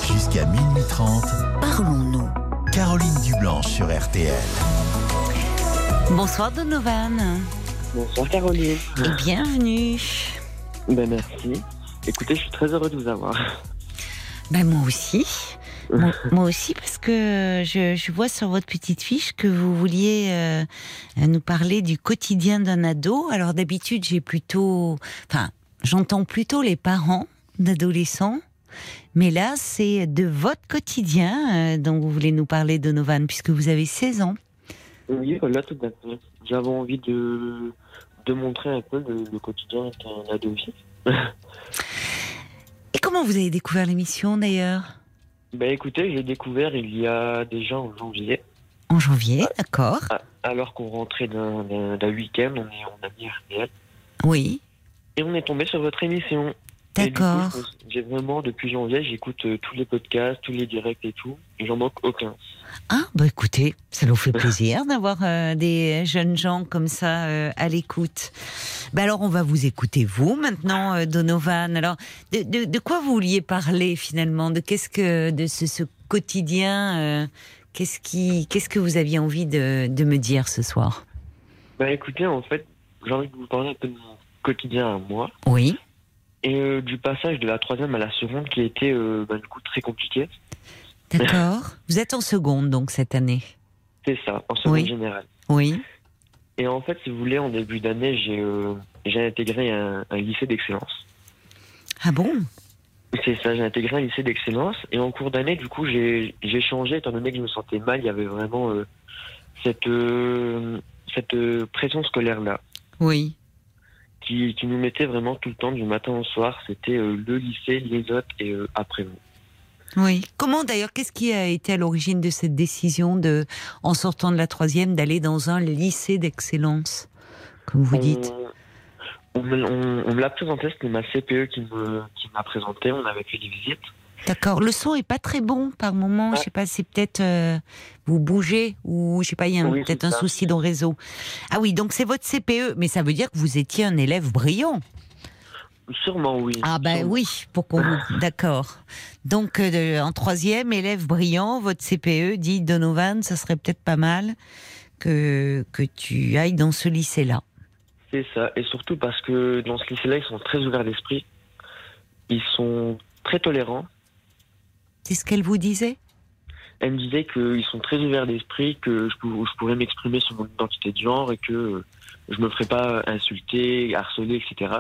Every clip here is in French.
Jusqu'à minuit 30, Parlons-nous. Caroline Dublanche sur RTL. Bonsoir Donovan. Bonsoir Caroline. Et bienvenue. Ben merci. Écoutez, je suis très heureux de vous avoir. Ben moi aussi. Moi aussi, parce que je vois sur votre petite fiche que vous vouliez nous parler du quotidien d'un ado. Alors d'habitude, j'entends plutôt les parents d'adolescents. Mais là, c'est de votre quotidien dont vous voulez nous parler, Donovan, puisque vous avez 16 ans. Oui, voilà, tout à fait. J'avais envie de montrer un peu le quotidien d'un ado aussi. Et comment vous avez découvert l'émission, d'ailleurs ? Ben écoutez, j'ai découvert il y a déjà en janvier. En janvier, d'accord. Alors qu'on rentrait d'un week-end, on a mis RTL. Oui. Et on est tombé sur votre émission. D'accord. Et du coup, j'ai vraiment, depuis janvier, j'écoute tous les podcasts, tous les directs et tout. Et j'en manque aucun. Ah, bah écoutez, ça nous fait plaisir d'avoir des jeunes gens comme ça à l'écoute. Bah alors, on va vous écouter, vous, maintenant, Donovan. Alors, de quoi vous vouliez parler, finalement ? De ce quotidien qu'est-ce que vous aviez envie de me dire ce soir ? Ben écoutez, en fait, j'ai envie de vous parler un peu de mon quotidien à moi. Oui. Et du passage de la troisième à la seconde qui a été du coup très compliqué. D'accord. Vous êtes en seconde donc cette année. C'est ça, en seconde générale. Oui. Et en fait, si vous voulez, en début d'année, j'ai intégré un lycée d'excellence. Ah bon ? C'est ça, j'ai intégré un lycée d'excellence. Et en cours d'année, du coup, j'ai changé, étant donné que je me sentais mal. Il y avait vraiment cette pression scolaire-là. Oui. Qui nous mettait vraiment tout le temps, du matin au soir. C'était le lycée, les autres et après vous. Oui. Comment d'ailleurs, qu'est-ce qui a été à l'origine de cette décision en sortant de la troisième, d'aller dans un lycée d'excellence, comme vous dites ? On me l'a présenté, c'était ma CPE qui m'a présenté, on avait fait des visites. D'accord. Le son est pas très bon par moment. Je sais pas, c'est peut-être vous bougez ou je sais pas, il y a peut-être un souci dans le réseau. Ah oui, donc c'est votre CPE, mais ça veut dire que vous étiez un élève brillant. Sûrement oui. Ah ben sûrement. Oui, pour qu'on vous... D'accord. Donc en troisième, élève brillant, votre CPE dit Donovan, ça serait peut-être pas mal que tu ailles dans ce lycée-là. C'est ça, et surtout parce que dans ce lycée-là, ils sont très ouverts d'esprit, ils sont très tolérants. C'est ce qu'elle vous disait ? Elle me disait qu'ils sont très ouverts d'esprit, que je pourrais m'exprimer sur mon identité de genre et que je me ferais pas insulter, harceler, etc.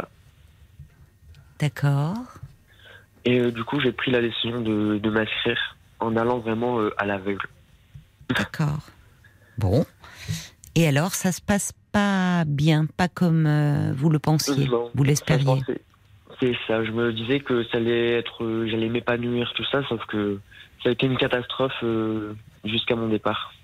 D'accord. Et du coup, j'ai pris la décision de m'inscrire en allant vraiment à l'aveugle. D'accord. Bon. Et alors, ça se passe pas bien, pas comme vous le pensiez, Non, vous l'espériez. C'est ça, je me disais que ça allait j'allais m'épanouir, tout ça, sauf que ça a été une catastrophe jusqu'à mon départ.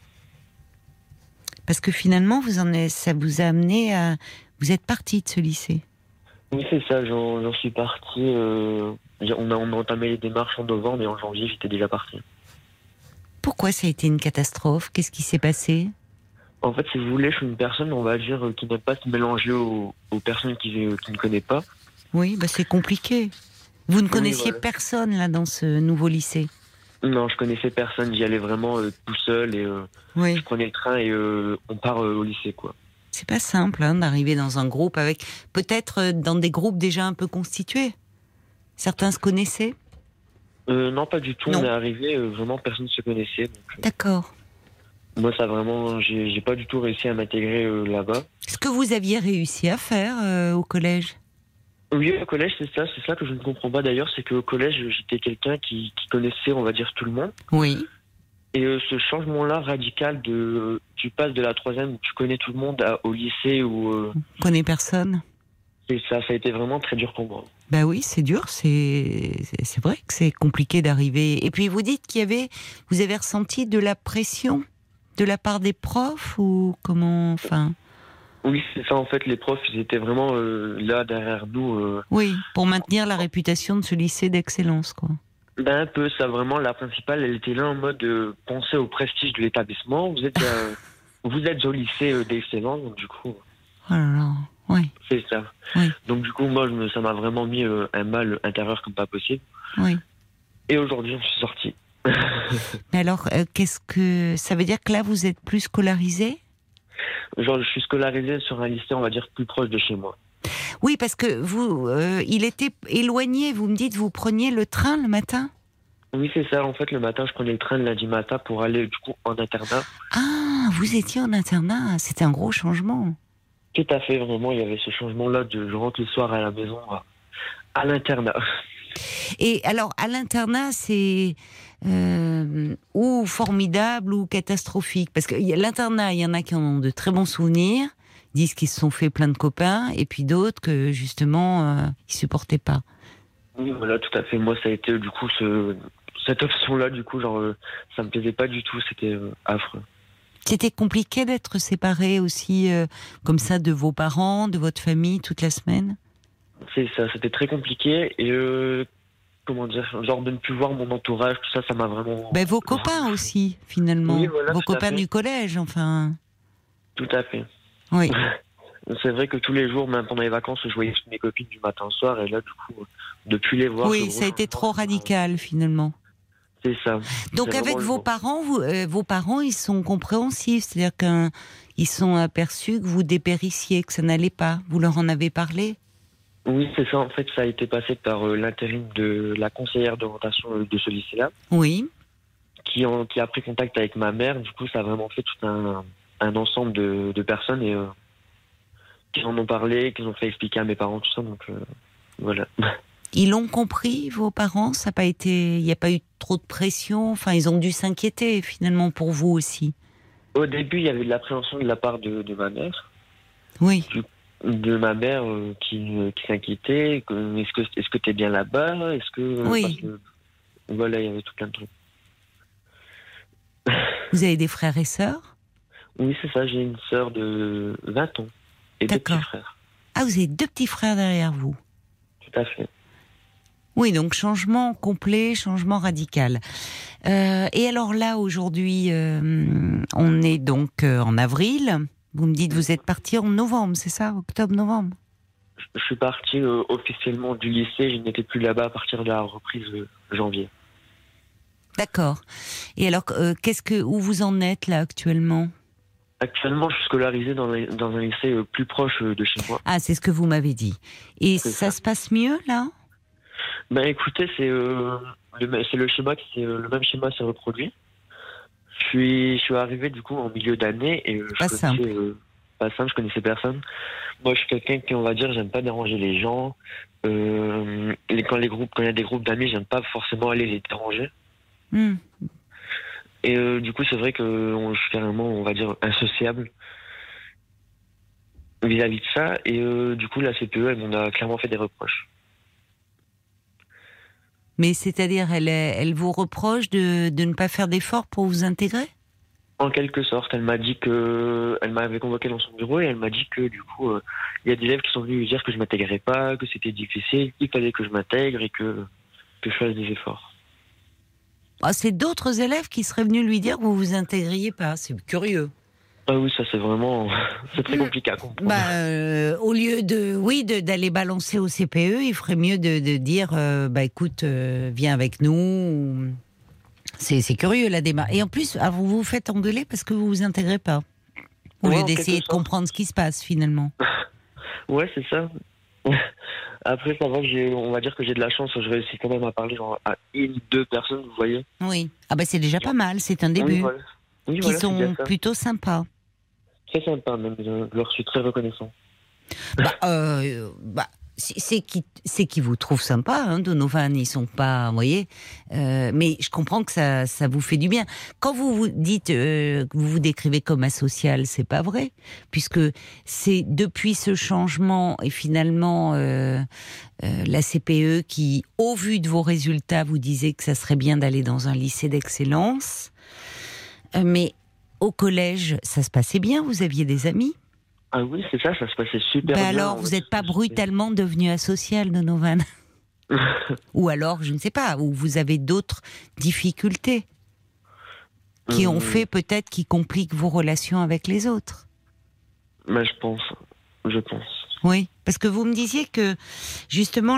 Parce que finalement, ça vous a amené à... Vous êtes parti de ce lycée. Oui, c'est ça, j'en suis parti. On a entamé les démarches en novembre et en janvier, j'étais déjà parti. Pourquoi ça a été une catastrophe ? Qu'est-ce qui s'est passé ? En fait, si vous voulez, je suis une personne, on va dire, qui n'aime pas se mélanger aux personnes qui ne connaît pas. Oui, bah c'est compliqué. Vous ne connaissiez voilà. Personne là dans ce nouveau lycée ? Non, je connaissais personne, j'y allais vraiment tout seul et Oui. je prenais le train et on part au lycée, quoi. C'est pas simple d'arriver dans un groupe avec... Peut-être dans des groupes déjà un peu constitués. Certains se connaissaient ? Non, pas du tout, Non. on est arrivé, vraiment personne ne se connaissait. Donc, D'accord. moi, ça vraiment, j'ai pas du tout réussi à m'intégrer là-bas. Ce que vous aviez réussi à faire au collège ? Oui, au collège, c'est ça que je ne comprends pas d'ailleurs, c'est qu'au collège, j'étais quelqu'un qui connaissait, on va dire, tout le monde. Oui. Et ce changement-là radical tu passes de la troisième où tu connais tout le monde au lycée où Vous connaissez personne ? et ça a été vraiment très dur pour moi. Bah oui, c'est dur, c'est vrai que c'est compliqué d'arriver. Et puis vous dites vous avez ressenti de la pression de la part des profs ou comment, enfin... Oui, c'est ça en fait, les profs, ils étaient vraiment là derrière nous. Oui, pour maintenir la réputation de ce lycée d'excellence, quoi. Ben un peu, ça vraiment, la principale, elle était là en mode penser au prestige de l'établissement. Vous êtes au lycée d'excellence, donc du coup... Oh là là, oui. C'est ça. Oui. Donc du coup, moi, ça m'a vraiment mis un mal intérieur comme pas possible. Oui. Et aujourd'hui, je suis sorti. Mais alors, qu'est-ce que ça veut dire que là, vous êtes plus scolarisé ? Genre, je suis scolarisé sur un lycée, on va dire, plus proche de chez moi. Oui, parce que vous, il était éloigné. Vous me dites, vous preniez le train le matin ? Oui, c'est ça. En fait, le matin, je prenais le train le lundi matin pour aller, du coup, en internat. Ah, vous étiez en internat. C'était un gros changement. Tout à fait, vraiment, il y avait ce changement-là de je rentre le soir à la maison, à l'internat. Et alors, à l'internat, c'est ou formidable ou catastrophique. Parce que l'internat, il y en a qui en ont de très bons souvenirs, disent qu'ils se sont fait plein de copains, et puis d'autres que, justement, ils supportaient pas. Oui, voilà, tout à fait. Moi, ça a été, du coup, cette option-là, du coup, genre, ça me plaisait pas du tout, c'était affreux. C'était compliqué d'être séparé aussi, comme ça, de vos parents, de votre famille, toute la semaine ? C'est ça, c'était très compliqué, et comment dire, genre de ne plus voir mon entourage, tout ça, ça m'a vraiment... Ben, vos copains aussi, finalement. Oui, voilà, vos tout à copains fait. du collège, enfin. Tout à fait. Oui. C'est vrai que tous les jours, même pendant les vacances, je voyais mes copines du matin au soir, et là, du coup, de plus les voir... Oui, ça a été trop radical, finalement. C'est ça. Donc, C'est avec vraiment vos le parents, vos parents, ils sont compréhensifs, c'est-à-dire qu'ils sont aperçus que vous dépérissiez, que ça n'allait pas. Vous leur en avez parlé ? Oui, c'est ça. En fait, ça a été passé par l'intérim de la conseillère d'orientation de ce lycée-là, Oui. qui a pris contact avec ma mère. Du coup, ça a vraiment fait tout un ensemble de personnes et qui en ont parlé, qui ont fait expliquer à mes parents tout ça. Donc voilà. Ils l'ont compris, vos parents ? Ça n'a pas été, il n'y a pas eu trop de pression. Enfin, ils ont dû s'inquiéter finalement pour vous aussi. Au début, il y avait de l'appréhension de la part de ma mère. Oui. De ma mère qui s'inquiétait. Est-ce que t'es bien là-bas ? Est-ce que Oui. parce que, voilà, il y avait tout plein de trucs. Vous avez des frères et sœurs ? Oui, c'est ça. J'ai une sœur de 20 ans et 2 petits D'accord. frères. Ah, vous avez 2 petits frères derrière vous. Tout à fait. Oui, donc changement complet, changement radical. Et alors là, aujourd'hui, on est donc en avril. Vous me dites, vous êtes parti en novembre, c'est ça ? Octobre-novembre ? Je suis parti officiellement du lycée. Je n'étais plus là-bas à partir de la reprise janvier. D'accord. Et alors, où vous en êtes là actuellement ? Actuellement, je suis scolarisé dans un lycée plus proche de chez moi. Ah, c'est ce que vous m'avez dit. Et C'est ça ça. se passe mieux là ? Ben écoutez, c'est le schéma le même schéma s'est reproduit. Je suis arrivé du coup en milieu d'année et Pas simple. pas simple, je connaissais personne. Moi, je suis quelqu'un qui, on va dire, j'aime pas déranger les gens. Quand il y a des groupes d'amis, j'aime pas forcément aller les déranger. Et du coup, c'est vrai que je suis carrément, on va dire, insociable vis-à-vis de ça. Et du coup, la CPE, elle m'en a clairement fait des reproches. Mais c'est-à-dire, elle vous reproche de ne pas faire d'efforts pour vous intégrer ? En quelque sorte, elle m'avait convoqué dans son bureau et elle m'a dit que du coup, il y a des élèves qui sont venus lui dire que je m'intégrais pas, que c'était difficile, qu'il fallait que je m'intègre et que je fasse des efforts. Ah, c'est d'autres élèves qui seraient venus lui dire que vous vous intégriez pas. C'est curieux. Ah oui, ça c'est vraiment, c'est très compliqué à comprendre. Au lieu d'aller balancer au CPE, il ferait mieux de dire, écoute, viens avec nous. C'est curieux la démarche. Et en plus, vous vous faites engueuler parce que vous vous intégrez pas. Au lieu d'essayer de comprendre ce qui se passe finalement. Ouais, c'est ça. Après, ça va, on va dire que j'ai de la chance. Je réussis quand même à parler à 1-2 personnes, vous voyez. Oui. Ah c'est déjà pas mal. C'est un début. Oui, qui sont plutôt sympas. Très sympa, même. Je leur suis très reconnaissant. C'est qui vous trouve sympa, hein, Donovan. Ils sont pas, vous voyez. Mais je comprends que ça vous fait du bien. Quand vous vous dites que vous vous décrivez comme asocial, c'est pas vrai, puisque c'est depuis ce changement et finalement la CPE qui, au vu de vos résultats, vous disait que ça serait bien d'aller dans un lycée d'excellence. Mais au collège, ça se passait bien. Vous aviez des amis. Ah oui, c'est ça, ça se passait super bien. Alors, vous n'êtes pas brutalement devenu asocial, Donovan. Ou alors, je ne sais pas, ou vous avez d'autres difficultés qui ont fait peut-être qui compliquent vos relations avec les autres. Mais je pense. Oui, parce que vous me disiez que justement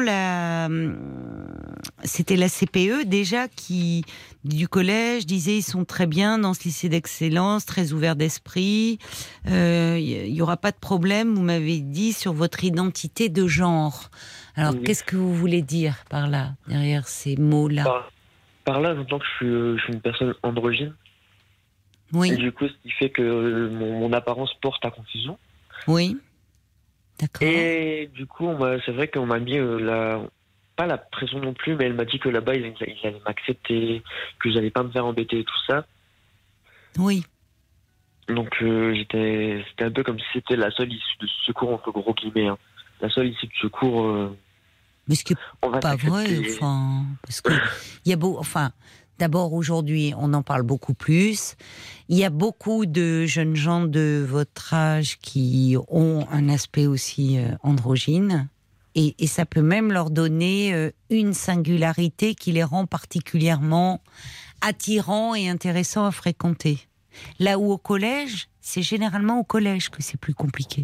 c'était la CPE déjà qui du collège disait ils sont très bien dans ce lycée d'excellence, très ouverts d'esprit. Il y aura pas de problème. Vous m'avez dit sur votre identité de genre. Alors Oui. qu'est-ce que vous voulez dire par là, derrière ces mots-là? Par là, j'entends que je suis une personne androgyne. Et Oui, du coup, ce qui fait que mon apparence porte à confusion. oui, d'accord. Et du coup, c'est vrai qu'on m'a mis pas la pression non plus, mais elle m'a dit que là-bas, ils allaient m'accepter, que j'allais pas me faire embêter et tout ça. Oui, Donc, c'était un peu comme si c'était la seule issue de secours, entre gros guillemets. Hein. La seule issue de secours, mais ce qui est on va pas vrai, t'accepter. enfin, parce que il y a d'abord aujourd'hui, on en parle beaucoup plus. Il y a beaucoup de jeunes gens de votre âge qui ont un aspect aussi androgyne, et ça peut même leur donner une singularité qui les rend particulièrement attirants et intéressants à fréquenter. Là où au collège, c'est généralement au collège que c'est plus compliqué.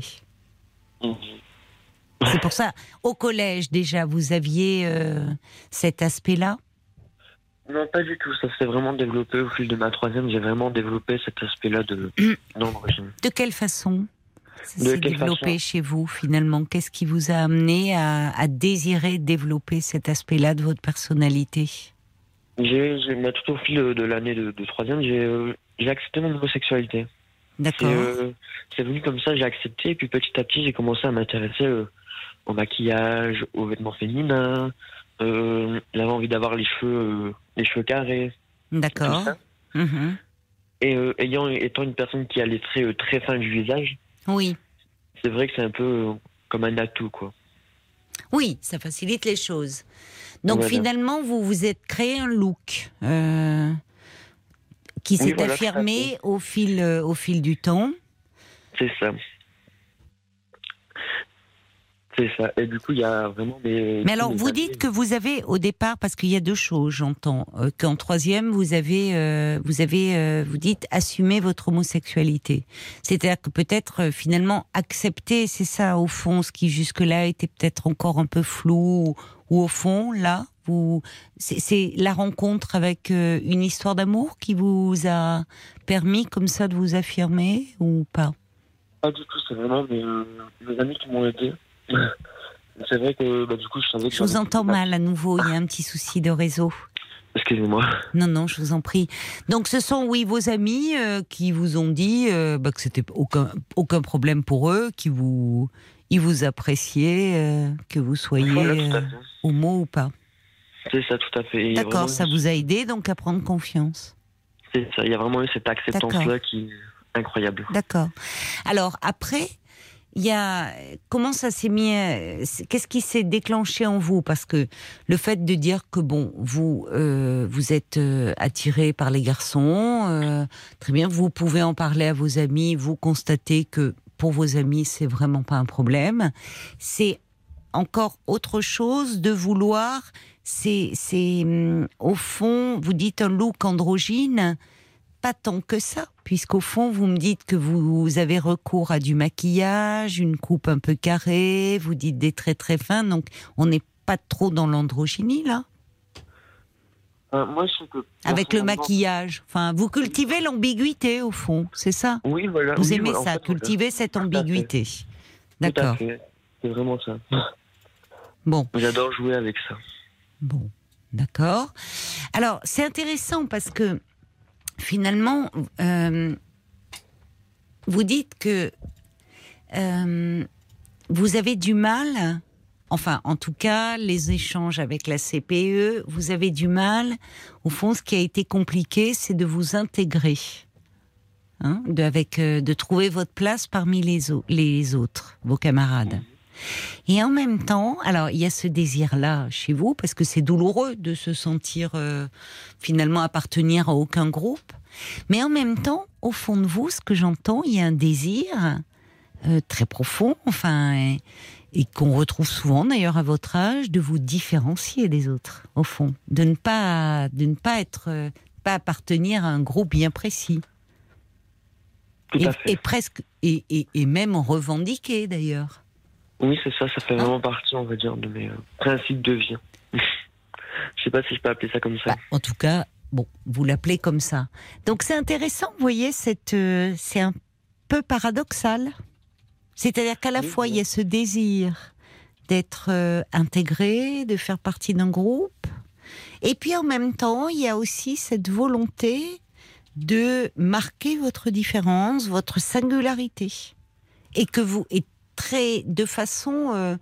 C'est pour ça, au collège déjà, vous aviez cet aspect-là? Non, pas du tout. Ça s'est vraiment développé au fil de ma troisième. J'ai vraiment développé cet aspect-là d'androgyne. De quelle façon ça De s'est quelle développé façon chez vous finalement? Qu'est-ce qui vous a amené à désirer développer cet aspect-là de votre personnalité? Tout au fil de l'année de troisième, j'ai accepté mon homosexualité. D'accord. C'est venu comme ça, j'ai accepté. Et puis petit à petit, j'ai commencé à m'intéresser au maquillage, aux vêtements féminins. J'avais envie d'avoir les cheveux carrés. D'accord. Tout ça. Mhm. Et étant une personne qui a les traits très fins du visage, Oui. c'est vrai que c'est un peu comme un atout, quoi. Oui, ça facilite les choses. Donc Voilà. finalement, vous vous êtes créé un look qui Oui, s'est voilà, affirmé au fil du temps. C'est ça. C'est ça. Et du coup, il y a vraiment des... Mais alors, vous dites que vous avez, au départ, parce qu'il y a deux choses, j'entends, qu'en troisième, vous dites assumer votre homosexualité. C'est-à-dire que peut-être, finalement, accepter, c'est ça, au fond, ce qui jusque-là était peut-être encore un peu flou, ou au fond, là, c'est la rencontre avec une histoire d'amour qui vous a permis, comme ça, de vous affirmer, ou pas? Pas du tout, c'est vraiment mes amis qui m'ont aidé. C'est vrai que du coup, je savais que... Je vous entends mal à nouveau, il y a un petit souci de réseau. Excusez-moi. Non, je vous en prie. Donc, ce sont, oui, vos amis qui vous ont dit que c'était aucun problème pour eux, ils vous appréciaient, que vous soyez Voilà, tout à fait. homo ou pas. C'est ça, tout à fait. D'accord, vraiment, ça vous a aidé donc à prendre confiance. C'est ça, il y a vraiment eu cette acceptance-là D'accord. qui est incroyable. D'accord. Alors, après... comment ça s'est mis, qu'est-ce qui s'est déclenché en vous? Parce que le fait de dire que bon, vous êtes attiré par les garçons, très bien, vous pouvez en parler à vos amis, vous constatez que pour vos amis, c'est vraiment pas un problème. C'est encore autre chose de vouloir, au fond, vous dites un look androgyne, pas tant que ça, puisqu'au fond, vous me dites que vous avez recours à du maquillage, une coupe un peu carrée, vous dites des traits très fins, donc on n'est pas trop dans l'androgynie, là. Moi, je sais que... Avec le maquillage. Enfin, vous cultivez l'ambiguïté, au fond, c'est ça? Oui, voilà. Vous oui, aimez voilà, en ça, fait, cultiver cette Tout à fait. ambiguïté. Tout D'accord. à fait. C'est vraiment ça. Bon. J'adore jouer avec ça. Bon, d'accord. Alors, c'est intéressant parce que finalement, vous dites que vous avez du mal, enfin, en tout cas, les échanges avec la CPE, vous avez du mal. Au fond, ce qui a été compliqué, c'est de vous intégrer, hein, de trouver votre place parmi les autres, vos camarades. Et en même temps, alors il y a ce désir-là chez vous, parce que c'est douloureux de se sentir finalement appartenir à aucun groupe, mais en même temps, au fond de vous, ce que j'entends, il y a un désir très profond, enfin, et qu'on retrouve souvent d'ailleurs à votre âge, de vous différencier des autres, au fond, de ne pas appartenir à un groupe bien précis. Tout à fait. Et presque, et même revendiquer d'ailleurs. Oui, c'est ça. Ça fait vraiment partie, on va dire, de mes principes de vie. Je sais pas si je peux appeler ça comme ça. En tout cas, bon, vous l'appelez comme ça. Donc c'est intéressant, vous voyez, c'est un peu paradoxal. C'est-à-dire qu'à la fois, il y a ce désir d'être intégré, de faire partie d'un groupe, et puis en même temps, il y a aussi cette volonté de marquer votre différence, votre singularité, et que vous, de façon,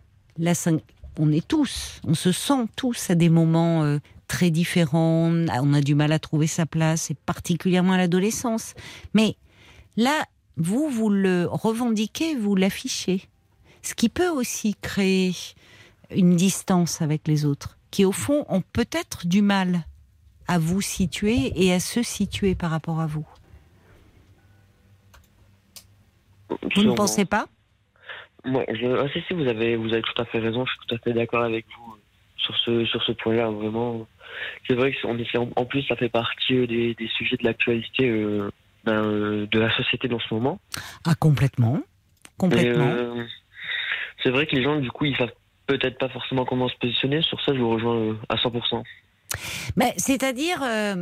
on se sent tous à des moments très différents, on a du mal à trouver sa place, et particulièrement à l'adolescence. Mais là, vous le revendiquez, vous l'affichez. Ce qui peut aussi créer une distance avec les autres, qui au fond ont peut-être du mal à vous situer et à se situer par rapport à vous. Vous ne pensez pas ? Moi, si, vous avez tout à fait raison. Je suis tout à fait d'accord avec vous sur ce point-là. Vraiment, c'est vrai que en plus, ça fait partie des sujets de l'actualité de la société dans ce moment. Ah, complètement. C'est vrai que les gens, du coup, ils savent peut-être pas forcément comment se positionner. Sur ça, je vous rejoins à 100%. Mais c'est-à-dire,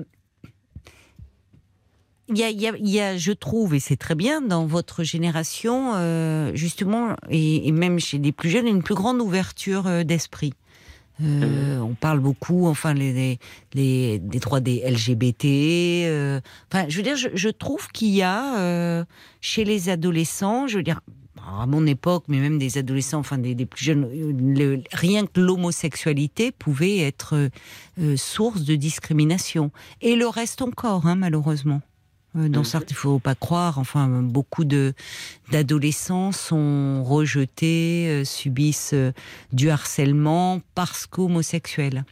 il y a, je trouve, et c'est très bien, dans votre génération, justement, et même chez les plus jeunes, une plus grande ouverture d'esprit. On parle beaucoup, enfin, des droits des LGBT. Enfin, je veux dire, je trouve qu'il y a chez les adolescents, je veux dire, à mon époque, mais même des adolescents, enfin des plus jeunes, rien que l'homosexualité pouvait être source de discrimination. Et le reste encore, malheureusement. Dans certains, il ne faut pas croire, enfin, beaucoup d'adolescents sont rejetés, subissent du harcèlement parce qu'homosexuels.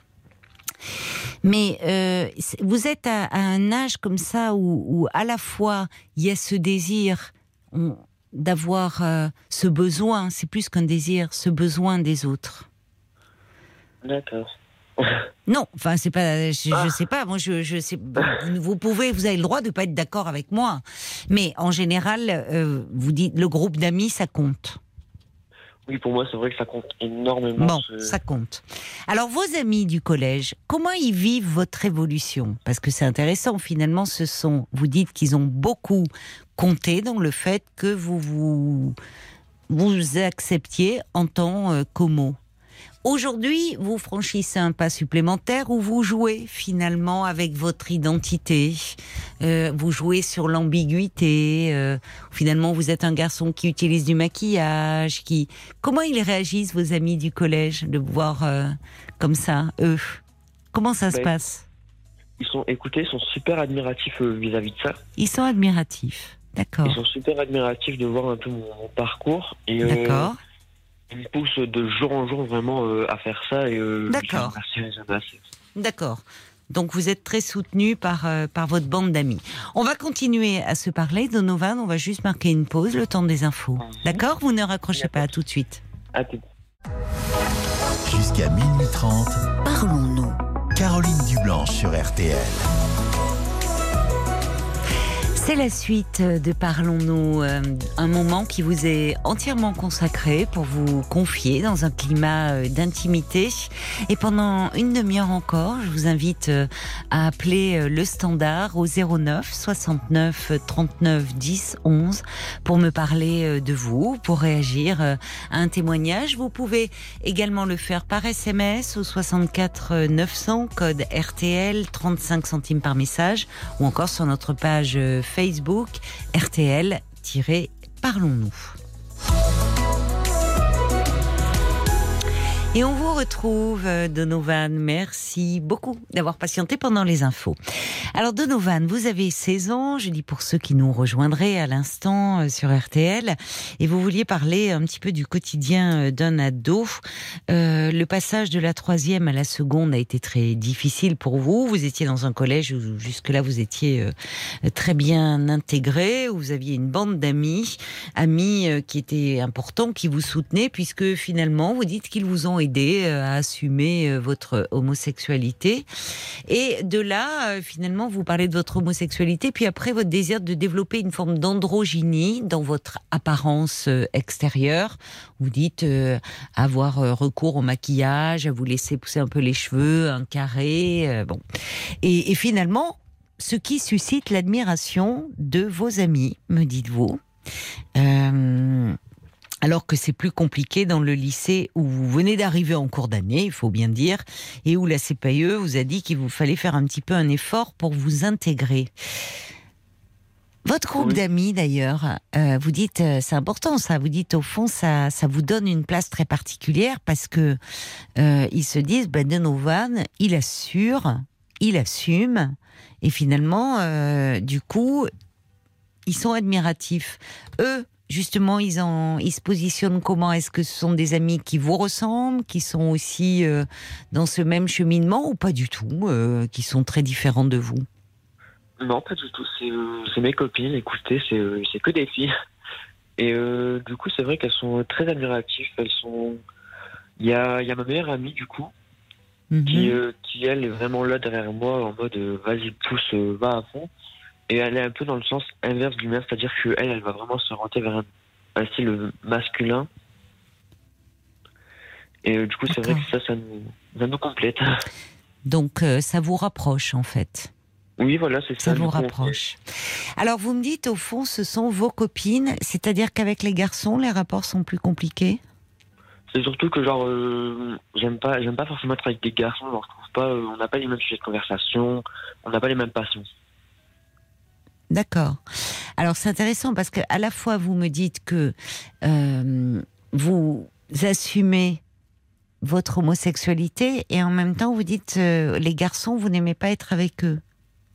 Mais vous êtes à un âge comme ça où à la fois il y a ce désir d'avoir ce besoin, c'est plus qu'un désir, ce besoin des autres. D'accord. Non, enfin c'est pas, je sais pas. Moi, je sais. Vous avez le droit de pas être d'accord avec moi, mais en général, vous dites le groupe d'amis, ça compte. Oui, pour moi, c'est vrai que ça compte énormément. Bon, ça compte. Alors, vos amis du collège, comment ils vivent votre évolution ? Parce que c'est intéressant, finalement, vous dites qu'ils ont beaucoup compté dans le fait que vous acceptiez en tant qu'homo. Aujourd'hui, vous franchissez un pas supplémentaire où vous jouez finalement avec votre identité. Vous jouez sur l'ambiguïté. Finalement, vous êtes un garçon qui utilise du maquillage. Comment ils réagissent, vos amis du collège, de vous voir comme ça, eux ? Comment ça se passe ? Ils sont super admiratifs vis-à-vis de ça. Ils sont admiratifs, d'accord. Ils sont super admiratifs de voir un peu mon parcours. Et, d'accord. Ils me poussent de jour en jour vraiment à faire ça. Et, d'accord. D'accord. Donc vous êtes très soutenu par votre bande d'amis. On va continuer à se parler, Donovan. On va juste marquer une pause, le temps des infos. D'accord ? Vous ne raccrochez pas, à tout de suite. À tout. Jusqu'à minuit 30. Parlons-nous. Caroline Dublanche sur RTL. C'est la suite de Parlons-nous, un moment qui vous est entièrement consacré pour vous confier dans un climat d'intimité. Et pendant une demi-heure encore, je vous invite à appeler le standard au 09 69 39 10 11 pour me parler de vous, pour réagir à un témoignage. Vous pouvez également le faire par SMS au 64 900, code RTL, 35 centimes par message, ou encore sur notre page Facebook, RTL-Parlons-nous. Et on vous retrouve, Donovan. Merci beaucoup d'avoir patienté pendant les infos. Alors, Donovan, vous avez 16 ans, je dis pour ceux qui nous rejoindraient à l'instant sur RTL, et vous vouliez parler un petit peu du quotidien d'un ado. Le passage de la 3e à la seconde a été très difficile pour vous. Vous étiez dans un collège où jusque-là vous étiez très bien intégré, où vous aviez une bande d'amis qui étaient importants, qui vous soutenaient, puisque finalement vous dites qu'ils vous ont aidé à assumer votre homosexualité. Et de là, finalement, vous parlez de votre homosexualité, puis après votre désir de développer une forme d'androgynie dans votre apparence extérieure. Vous dites avoir recours au maquillage, à vous laisser pousser un peu les cheveux, un carré, bon. Et finalement, ce qui suscite l'admiration de vos amis, me dites-vous. Alors que c'est plus compliqué dans le lycée où vous venez d'arriver en cours d'année, il faut bien dire, et où la CPE vous a dit qu'il vous fallait faire un petit peu un effort pour vous intégrer. Votre groupe d'amis, d'ailleurs, vous dites, c'est important ça, vous dites au fond, ça vous donne une place très particulière parce que ils se disent, Donovan, il assure, il assume, et finalement, du coup, ils sont admiratifs. Eux, justement, ils se positionnent comment ? Est-ce que ce sont des amis qui vous ressemblent, qui sont aussi dans ce même cheminement ou pas du tout, qui sont très différents de vous ? Non, pas du tout. C'est mes copines. Écoutez, c'est que des filles. Et du coup, c'est vrai qu'elles sont très admiratives. Il y a ma meilleure amie, du coup, qui elle est vraiment là derrière moi en mode vas-y, pousse, va à fond. Et elle est un peu dans le sens inverse du mien, c'est-à-dire qu'elle va vraiment se rentrer vers un style masculin. Et du coup, c'est vrai que ça nous complète. Donc, ça vous rapproche, en fait. Oui, voilà, c'est ça. Ça vous rapproche. Alors, vous me dites, au fond, ce sont vos copines, c'est-à-dire qu'avec les garçons, les rapports sont plus compliqués ? C'est surtout que, genre, j'aime pas forcément être avec des garçons, genre, je trouve pas, on n'a pas les mêmes sujets de conversation, on n'a pas les mêmes passions. D'accord. Alors c'est intéressant parce que à la fois vous me dites que vous assumez votre homosexualité et en même temps vous dites les garçons vous n'aimez pas être avec eux.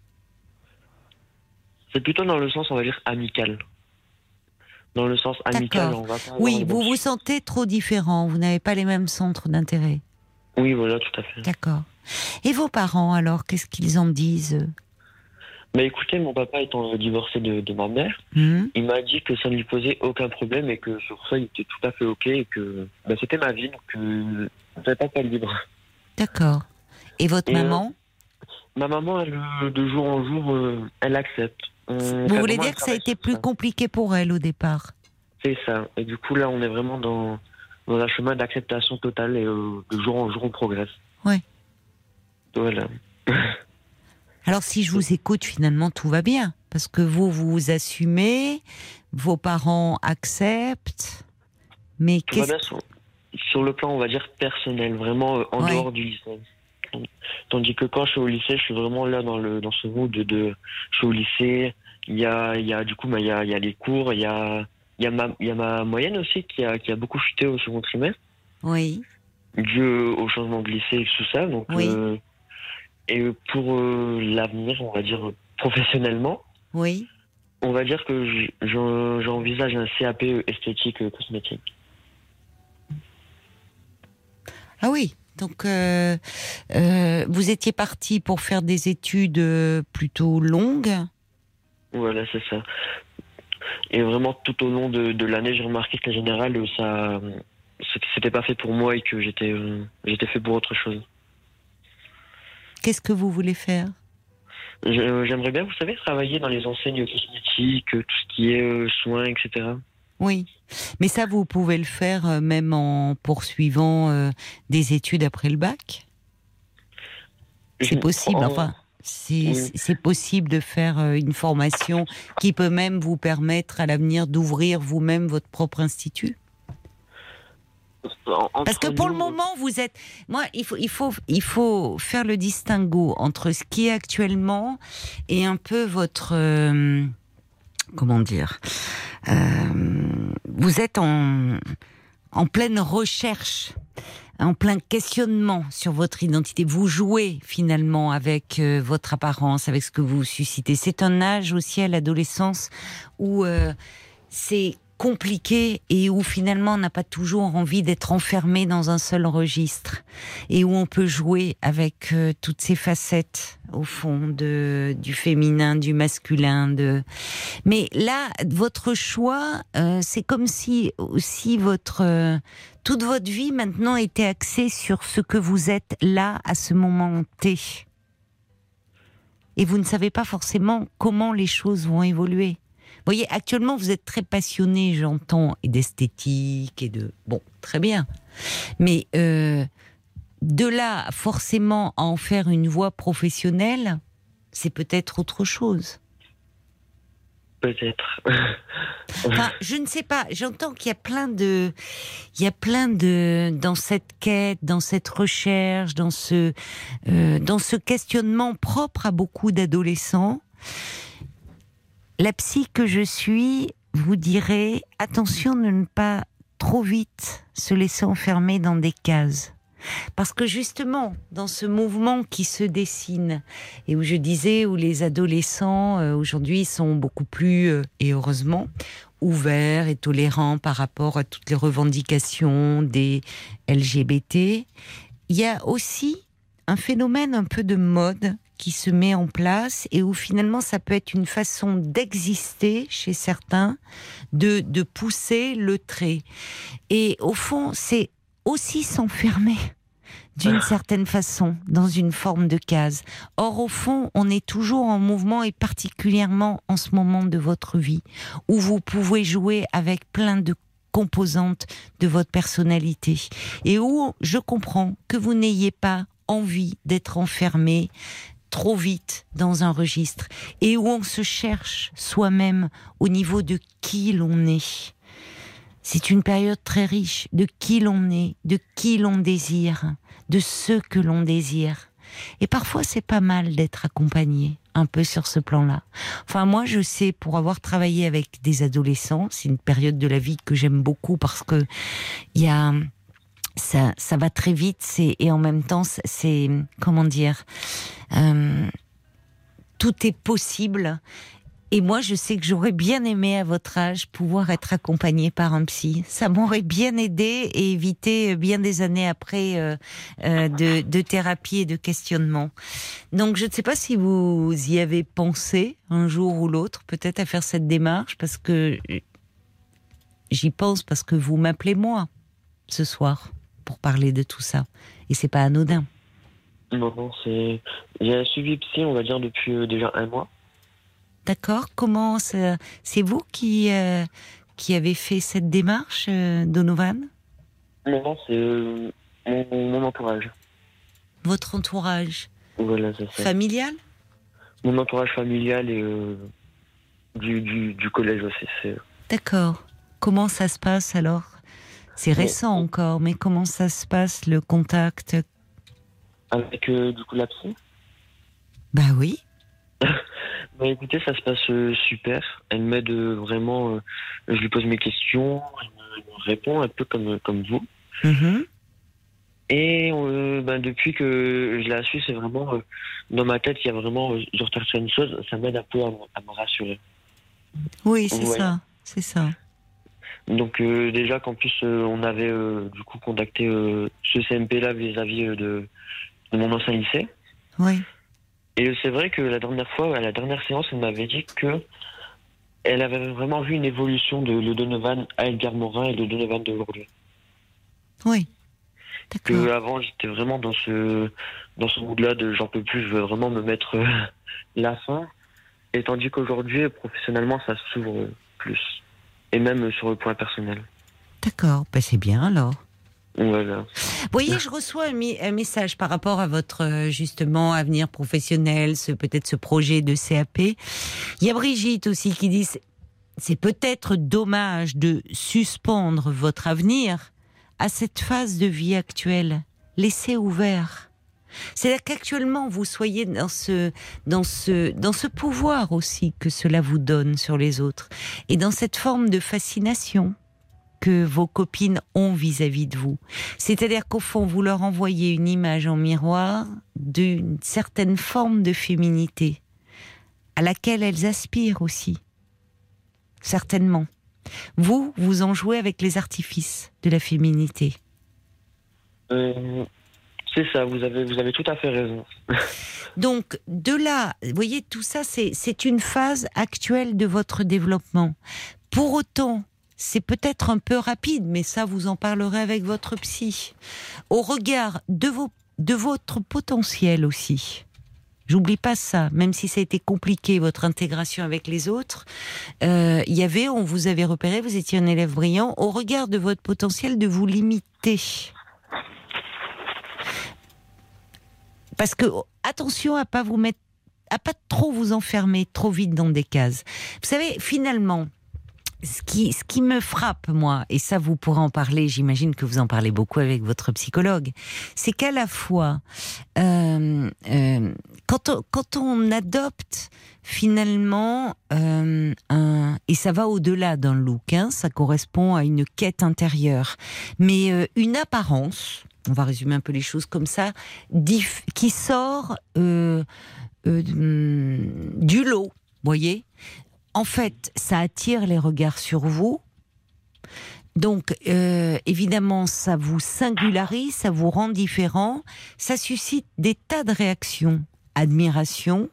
C'est plutôt dans le sens on va dire amical. Dans le sens amical, on va pas. Oui, vous vous sentez trop différent, vous n'avez pas les mêmes centres d'intérêt. Oui, voilà, tout à fait. D'accord. Et vos parents alors, qu'est-ce qu'ils en disent ? Mais écoutez, mon papa étant divorcé de ma mère, il m'a dit que ça ne lui posait aucun problème et que sur ça, il était tout à fait OK et que c'était ma vie, donc je n'avais pas le libre. D'accord. Et votre maman ? Ma maman, elle, de jour en jour, elle accepte. Vous voulez dire que ça a été plus compliqué pour elle au départ ? C'est ça. Et du coup, là, on est vraiment dans un chemin d'acceptation totale et de jour en jour, on progresse. Ouais. Voilà. Alors, si je vous écoute, finalement, tout va bien. Parce que vous assumez, vos parents acceptent, mais tout va bien sur le plan, on va dire, personnel, vraiment en dehors du lycée. Tandis que quand je suis au lycée, je suis vraiment là dans ce mood de je suis au lycée, il y a les cours, il y a ma moyenne aussi qui a beaucoup chuté au second trimestre. Oui. Dû au changement de lycée et tout ça, donc et pour l'avenir, on va dire professionnellement, on va dire que j'envisage un CAP esthétique cosmétique. Ah oui, donc vous étiez parti pour faire des études plutôt longues ? Voilà, c'est ça. Et vraiment tout au long de l'année, j'ai remarqué que la générale, ça, c'était pas fait pour moi et que j'étais fait pour autre chose. Qu'est-ce que vous voulez faire ? J'aimerais bien, vous savez, travailler dans les enseignes cosmétiques, tout ce qui est soins, etc. Oui, mais ça, vous pouvez le faire même en poursuivant des études après le bac ? C'est possible, enfin, c'est possible de faire une formation qui peut même vous permettre à l'avenir d'ouvrir vous-même votre propre institut ? Parce que pour le moment, vous êtes... Moi, il faut faire le distinguo entre ce qui est actuellement et un peu votre... comment dire vous êtes en pleine recherche, en plein questionnement sur votre identité. Vous jouez finalement avec votre apparence, avec ce que vous suscitez. C'est un âge aussi à l'adolescence où c'est compliqué et où finalement on n'a pas toujours envie d'être enfermé dans un seul registre et où on peut jouer avec toutes ces facettes au fond du féminin, du masculin. Mais là, votre choix, c'est comme si aussi toute votre vie maintenant était axée sur ce que vous êtes là à ce moment T. Et vous ne savez pas forcément comment les choses vont évoluer. Vous voyez, actuellement, vous êtes très passionné, j'entends, et d'esthétique, et de... Bon, très bien. Mais de là, forcément, à en faire une voie professionnelle, c'est peut-être autre chose. Peut-être. Enfin, je ne sais pas. J'entends qu'il y a plein de... Dans cette quête, dans cette recherche, dans ce questionnement propre à beaucoup d'adolescents, la psy que je suis vous dirait attention de ne pas trop vite se laisser enfermer dans des cases. Parce que justement, dans ce mouvement qui se dessine, et où je disais, où les adolescents aujourd'hui sont beaucoup plus, et heureusement, ouverts et tolérants par rapport à toutes les revendications des LGBT, il y a aussi un phénomène un peu de mode qui se met en place et où finalement ça peut être une façon d'exister chez certains, de pousser le trait. Et au fond, c'est aussi s'enfermer d'une certaine façon dans une forme de case. Or, au fond, on est toujours en mouvement et particulièrement en ce moment de votre vie où vous pouvez jouer avec plein de composantes de votre personnalité et où je comprends que vous n'ayez pas envie d'être enfermé trop vite dans un registre et où on se cherche soi-même au niveau de qui l'on est. C'est une période très riche de qui l'on est, de qui l'on désire, de ce que l'on désire. Et parfois, c'est pas mal d'être accompagné un peu sur ce plan-là. Enfin, moi, je sais, pour avoir travaillé avec des adolescents, c'est une période de la vie que j'aime beaucoup parce que il y a... Ça va très vite, et en même temps, c'est comment dire, tout est possible. Et moi, je sais que j'aurais bien aimé, à votre âge, pouvoir être accompagnée par un psy. Ça m'aurait bien aidé et évité bien des années après de thérapie et de questionnement. Donc, je ne sais pas si vous y avez pensé un jour ou l'autre, peut-être à faire cette démarche, parce que j'y pense parce que vous m'appelez moi ce soir pour parler de tout ça. Et c'est pas anodin. Non, j'ai un suivi psy, on va dire, depuis déjà 1 mois. D'accord. Comment ça... C'est vous qui avez fait cette démarche, Donovan ? Non, c'est mon entourage. Votre entourage ? Voilà, c'est ça. Familial ? Mon entourage familial et du collège aussi. D'accord. Comment ça se passe alors ? C'est récent encore, mais comment ça se passe, le contact ? Avec du coup la psy ? Bah oui. Bah écoutez, ça se passe super. Elle m'aide vraiment. Je lui pose mes questions, elle me répond un peu comme vous. Mm-hmm. Et depuis que je la suis, c'est vraiment dans ma tête, il y a vraiment, je retiens une chose, ça m'aide un peu à me rassurer. Oui, c'est ça, c'est ça. Donc déjà qu'en plus on avait du coup contacté ce CMP-là vis-à-vis de mon ancien lycée. Oui. Et c'est vrai que la dernière fois, à la dernière séance, elle m'avait dit que elle avait vraiment vu une évolution de le Donovan à Edgar Morin et le Donovan d'aujourd'hui. Oui. D'accord. Que avant j'étais vraiment dans ce mood-là de j'en peux plus, je veux vraiment me mettre la fin. Et tandis qu'aujourd'hui, professionnellement, ça s'ouvre plus. Et même sur le point personnel. D'accord, ben c'est bien alors. Voilà. Vous voyez, je reçois un message par rapport à votre justement avenir professionnel, peut-être ce projet de CAP. Il y a Brigitte aussi qui dit c'est peut-être dommage de suspendre votre avenir à cette phase de vie actuelle. Laissez ouvert. C'est-à-dire qu'actuellement vous soyez dans ce pouvoir aussi que cela vous donne sur les autres et dans cette forme de fascination que vos copines ont vis-à-vis de vous. C'est-à-dire qu'au fond, vous leur envoyez une image en miroir d'une certaine forme de féminité à laquelle elles aspirent aussi. Certainement. Vous en jouez avec les artifices de la féminité. C'est ça, vous avez tout à fait raison. Donc, de là, vous voyez, tout ça, c'est une phase actuelle de votre développement. Pour autant, c'est peut-être un peu rapide, mais ça, vous en parlerez avec votre psy. Au regard de votre potentiel aussi. J'oublie pas ça, même si ça a été compliqué, votre intégration avec les autres. On vous avait repéré, vous étiez un élève brillant, au regard de votre potentiel, de vous limiter. Parce que, attention à pas trop vous enfermer trop vite dans des cases. Vous savez, finalement, ce qui me frappe, moi, et ça vous pourrez en parler, j'imagine que vous en parlez beaucoup avec votre psychologue, c'est qu'à la fois, quand on adopte finalement et ça va au-delà d'un look, ça correspond à une quête intérieure, mais une apparence, on va résumer un peu les choses comme ça, qui sort du lot, voyez. En fait, ça attire les regards sur vous. Donc, évidemment, ça vous singularise, ça vous rend différent. Ça suscite des tas de réactions. Admiration.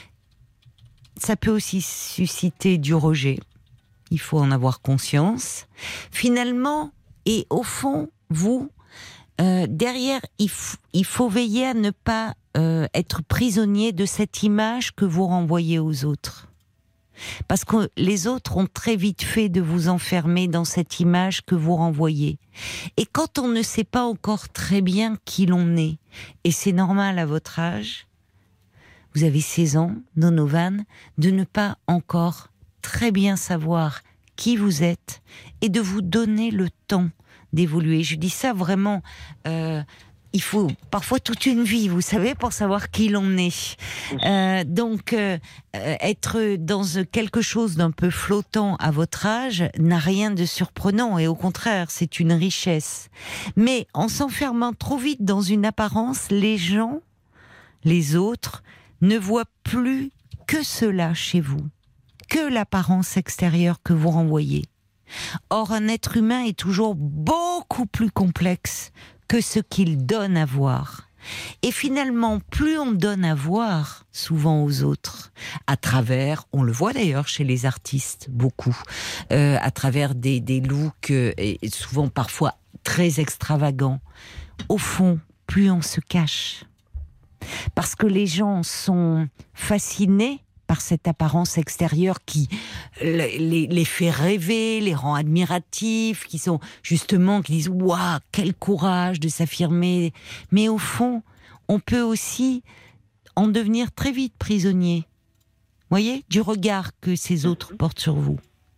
Ça peut aussi susciter du rejet. Il faut en avoir conscience. Finalement, et au fond, vous, derrière, il faut veiller à ne pas être prisonnier de cette image que vous renvoyez aux autres. Parce que les autres ont très vite fait de vous enfermer dans cette image que vous renvoyez. Et quand on ne sait pas encore très bien qui l'on est, et c'est normal à votre âge, vous avez 16 ans, Donovan, de ne pas encore très bien savoir qui vous êtes et de vous donner le temps d'évoluer. Je dis ça vraiment... il faut parfois toute une vie, vous savez, pour savoir qui l'on est. Donc, être dans quelque chose d'un peu flottant à votre âge n'a rien de surprenant et au contraire, c'est une richesse. Mais en s'enfermant trop vite dans une apparence, les gens, les autres, ne voient plus que cela chez vous, que l'apparence extérieure que vous renvoyez. Or, un être humain est toujours beaucoup plus complexe que ce qu'il donne à voir. Et finalement, plus on donne à voir, souvent aux autres, à travers, on le voit d'ailleurs chez les artistes, beaucoup, à travers des looks, et souvent parfois très extravagants, au fond, plus on se cache. Parce que les gens sont fascinés par cette apparence extérieure qui les fait rêver, les rend admiratifs, qui disent waouh, quel courage de s'affirmer. Mais au fond, on peut aussi en devenir très vite prisonnier. Voyez, du regard que ces autres portent sur vous.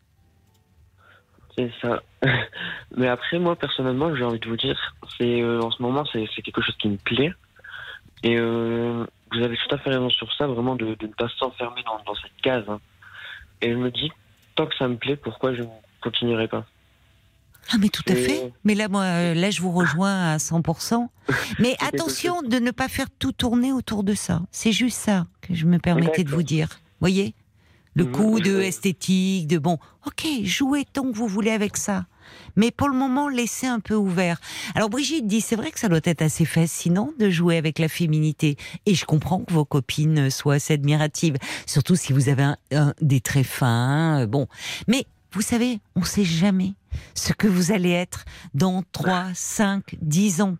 C'est ça. Mais après, moi personnellement, j'ai envie de vous dire, en ce moment, c'est quelque chose qui me plaît. Et vous avez tout à fait raison sur ça, vraiment de ne pas s'enfermer dans cette case. Et je me dis, tant que ça me plaît, pourquoi je ne continuerai pas ? Ah mais tout à fait. Mais là, moi, je vous rejoins à 100%. Mais attention de ne pas faire tout tourner autour de ça. C'est juste ça que je me permettais de vous dire. Voyez ? Le coup de esthétique, de bon, ok, jouez tant que vous voulez avec ça. Mais pour le moment, laissez un peu ouvert. Alors Brigitte dit, c'est vrai que ça doit être assez fascinant de jouer avec la féminité. Et je comprends que vos copines soient assez admiratives. Surtout si vous avez des traits fins, bon. Mais vous savez, on ne sait jamais ce que vous allez être dans 3, 5, 10 ans.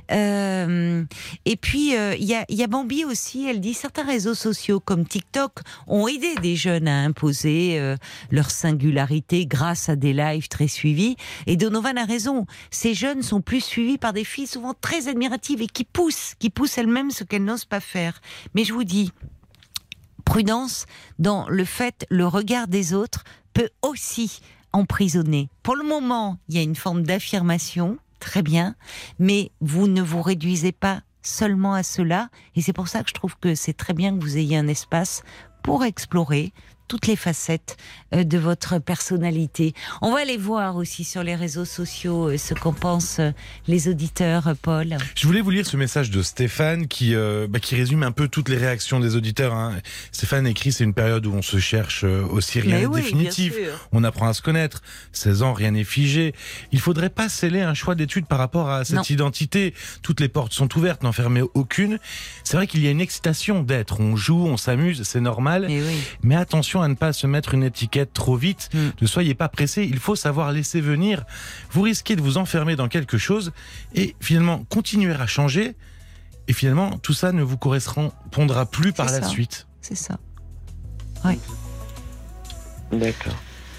Et puis, il y a Bambi aussi, elle dit, certains réseaux sociaux comme TikTok ont aidé des jeunes à imposer leur singularité grâce à des lives très suivis. Et Donovan a raison, ces jeunes sont plus suivis par des filles souvent très admiratives et qui poussent elles-mêmes ce qu'elles n'osent pas faire. Mais je vous dis, prudence dans le regard des autres peut aussi emprisonner. Pour le moment, il y a une forme d'affirmation, très bien, mais vous ne vous réduisez pas seulement à cela, et c'est pour ça que je trouve que c'est très bien que vous ayez un espace pour explorer toutes les facettes de votre personnalité. On va aller voir aussi sur les réseaux sociaux ce qu'en pensent les auditeurs, Paul. Je voulais vous lire ce message de Stéphane qui résume un peu toutes les réactions des auditeurs. Hein. Stéphane écrit, c'est une période où on se cherche aussi, rien n'est définitif. On apprend à se connaître. 16 ans, rien n'est figé. Il faudrait pas sceller un choix d'études par rapport à cette identité. Toutes les portes sont ouvertes, n'en fermez aucune. C'est vrai qu'il y a une excitation d'être. On joue, on s'amuse, c'est normal. Mais attention à ne pas se mettre une étiquette trop vite. Ne soyez pas pressés. Il faut savoir laisser venir. Vous risquez de vous enfermer dans quelque chose et finalement continuer à changer. Et finalement, tout ça ne vous correspondra plus par la suite. C'est ça. Oui. D'accord.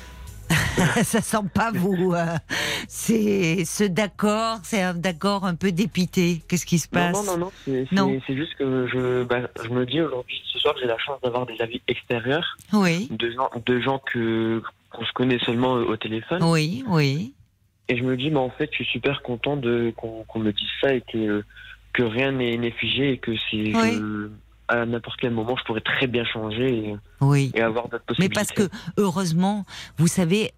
Ça sent pas vous. C'est ce d'accord, c'est un d'accord un peu dépité. Qu'est-ce qui se passe? Non. C'est juste que je me dis aujourd'hui, ce soir, j'ai la chance d'avoir des avis extérieurs. Oui. De gens qu'on se connaît seulement au téléphone. Oui. Et je me dis, en fait, je suis super content qu'on me dise ça et que rien n'est figé et que c'est à n'importe quel moment, je pourrais très bien changer et avoir d'autres possibilités. Mais parce que, heureusement, vous savez,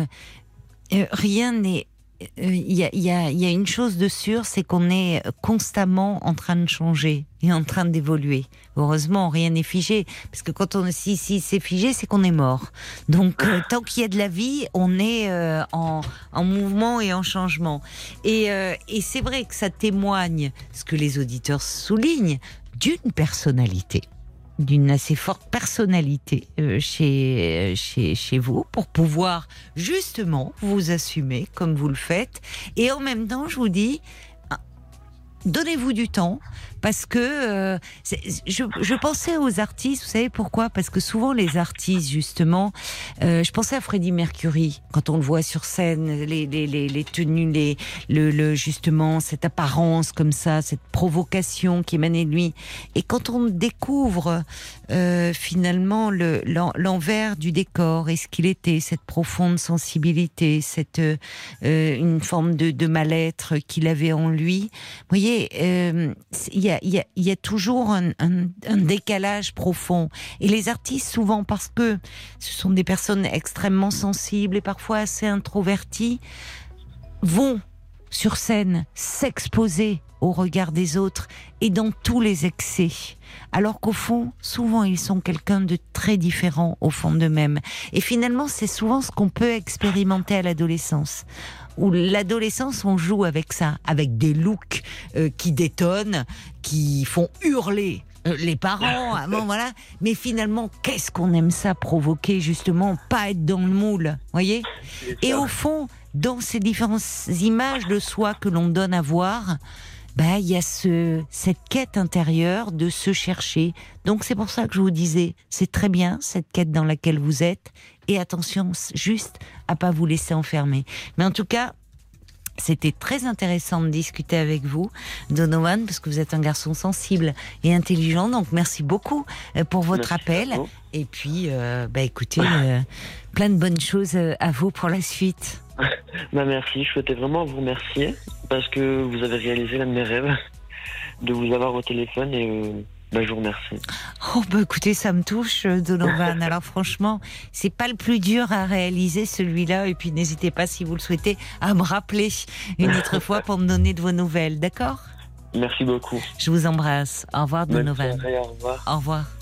rien n'est... Il y a une chose de sûre, c'est qu'on est constamment en train de changer et en train d'évoluer. Heureusement, rien n'est figé, parce que si c'est figé, c'est qu'on est mort. Donc, tant qu'il y a de la vie, on est en mouvement et en changement. Et c'est vrai que ça témoigne, ce que les auditeurs soulignent, d'une personnalité. D'une assez forte personnalité chez vous pour pouvoir justement vous assumer comme vous le faites. Et en même temps, je vous dis, donnez-vous du temps parce que je pensais aux artistes, vous savez pourquoi? Parce que souvent les artistes, justement, je pensais à Freddie Mercury quand on le voit sur scène, les tenues, justement cette apparence comme ça, cette provocation qui émanait de lui. Et quand on découvre finalement l'envers du décor et ce qu'il était, cette profonde sensibilité, une forme de mal-être qu'il avait en lui, vous voyez, il y a toujours un décalage profond. Et les artistes, souvent, parce que ce sont des personnes extrêmement sensibles et parfois assez introverties, vont sur scène s'exposer au regard des autres et dans tous les excès. Alors qu'au fond, souvent, ils sont quelqu'un de très différent au fond d'eux-mêmes. Et finalement, c'est souvent ce qu'on peut expérimenter à l'adolescence. Où l'adolescence, on joue avec ça, avec des looks qui détonnent, qui font hurler les parents, voilà. Mais finalement, qu'est-ce qu'on aime ça provoquer, justement, pas être dans le moule, voyez. Et au fond, dans ces différentes images de soi que l'on donne à voir, il y a cette quête intérieure de se chercher. Donc c'est pour ça que je vous disais, c'est très bien cette quête dans laquelle vous êtes, et attention juste à pas vous laisser enfermer. Mais en tout cas, c'était très intéressant de discuter avec vous, Donovan, parce que vous êtes un garçon sensible et intelligent. Donc merci beaucoup pour votre appel. Et puis, écoutez, plein de bonnes choses à vous pour la suite. Merci, je souhaitais vraiment vous remercier parce que vous avez réalisé l'un de mes rêves de vous avoir au téléphone et je vous remercie. Écoutez, ça me touche, Donovan. Alors franchement, c'est pas le plus dur à réaliser, celui-là. Et puis n'hésitez pas, si vous le souhaitez, à me rappeler une autre fois pour me donner de vos nouvelles, d'accord? Merci beaucoup. Je vous embrasse. Au revoir, Donovan. Bonne soirée, au revoir. Au revoir.